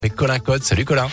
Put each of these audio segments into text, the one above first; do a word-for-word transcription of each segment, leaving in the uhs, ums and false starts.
Avec Colin Cotte. Salut Colin.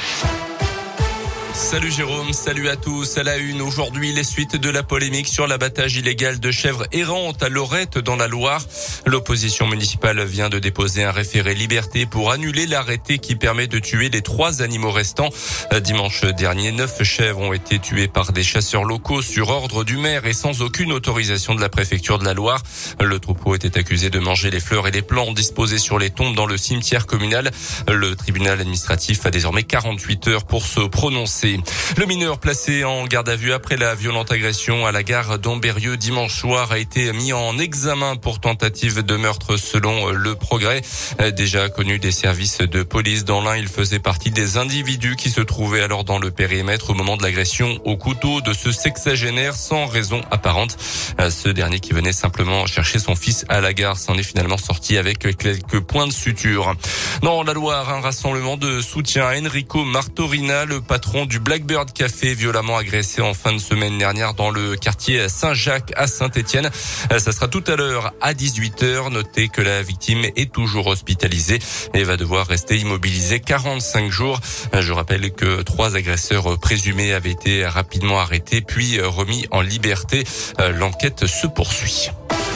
Salut Jérôme, salut à tous. À la une, aujourd'hui, les suites de la polémique sur l'abattage illégal de chèvres errantes à Lorette dans la Loire. L'opposition municipale vient de déposer un référé liberté pour annuler l'arrêté qui permet de tuer les trois animaux restants. Dimanche dernier, neuf chèvres ont été tuées par des chasseurs locaux sur ordre du maire et sans aucune autorisation de la préfecture de la Loire. Le troupeau était accusé de manger les fleurs et les plants disposés sur les tombes dans le cimetière communal. Le tribunal administratif a désormais quarante-huit heures pour se prononcer. Le mineur placé en garde à vue après la violente agression à la gare d'Ambérieu dimanche soir a été mis en examen pour tentative de meurtre selon Le Progrès. Déjà connu des services de police dans l'Ain, il faisait partie des individus qui se trouvaient alors dans le périmètre au moment de l'agression au couteau de ce sexagénaire sans raison apparente. Ce dernier qui venait simplement chercher son fils à la gare s'en est finalement sorti avec quelques points de suture. Dans la Loire, un rassemblement de soutien à Enrico Martorina, le patron du Blackbird Café, violemment agressé en fin de semaine dernière dans le quartier Saint-Jacques à Saint-Étienne. Ça sera tout à l'heure à dix-huit heures. Notez que la victime est toujours hospitalisée et va devoir rester immobilisée quarante-cinq jours. Je rappelle que trois agresseurs présumés avaient été rapidement arrêtés puis remis en liberté. L'enquête se poursuit.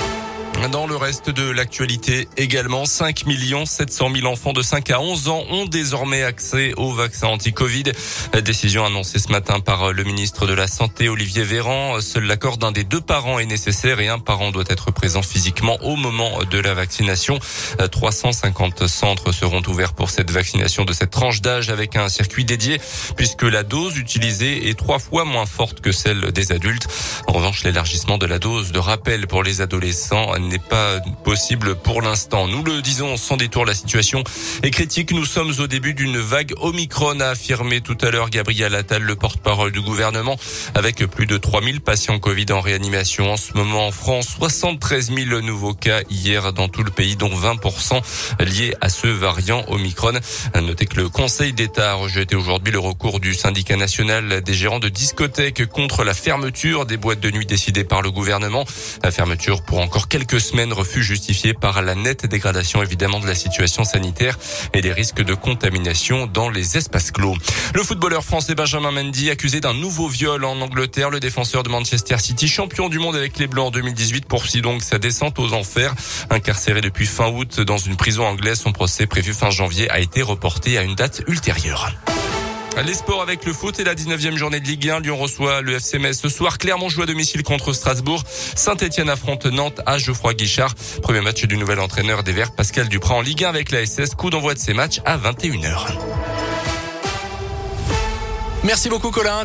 Dans le reste de l'actualité également, cinq millions sept cent mille enfants de cinq à onze ans ont désormais accès au vaccin anti-Covid. Décision annoncée ce matin par le ministre de la Santé, Olivier Véran. Seul l'accord d'un des deux parents est nécessaire et un parent doit être présent physiquement au moment de la vaccination. trois cent cinquante centres seront ouverts pour cette vaccination de cette tranche d'âge avec un circuit dédié puisque la dose utilisée est trois fois moins forte que celle des adultes. En revanche, l'élargissement de la dose de rappel pour les adolescents n'est pas possible pour l'instant. Nous le disons sans détour, la situation est critique. Nous sommes au début d'une vague Omicron, a affirmé tout à l'heure Gabriel Attal, le porte-parole du gouvernement, avec plus de trois mille patients Covid en réanimation. En ce moment en France, soixante-treize mille nouveaux cas hier dans tout le pays, dont vingt pour cent liés à ce variant Omicron. Notez que le Conseil d'État a rejeté aujourd'hui le recours du syndicat national des gérants de discothèques contre la fermeture des boîtes de nuit décidée par le gouvernement. La fermeture pour encore quelques semaines, refus justifié par la nette dégradation évidemment de la situation sanitaire et des risques de contamination dans les espaces clos. Le footballeur français Benjamin Mendy, accusé d'un nouveau viol en Angleterre, le défenseur de Manchester City, champion du monde avec les Bleus en deux mille dix-huit, poursuit donc sa descente aux enfers. Incarcéré depuis fin août dans une prison anglaise, son procès prévu fin janvier a été reporté à une date ultérieure. Les sports avec le foot et la dix-neuvième journée de Ligue un. Lyon reçoit le F C Metz ce soir. Clermont joue à domicile contre Strasbourg. Saint-Etienne affronte Nantes à Geoffroy Guichard. Premier match du nouvel entraîneur des Verts, Pascal Duprat, en Ligue un avec la S S. Coup d'envoi de ces matchs à vingt et une heures. Merci beaucoup Colin.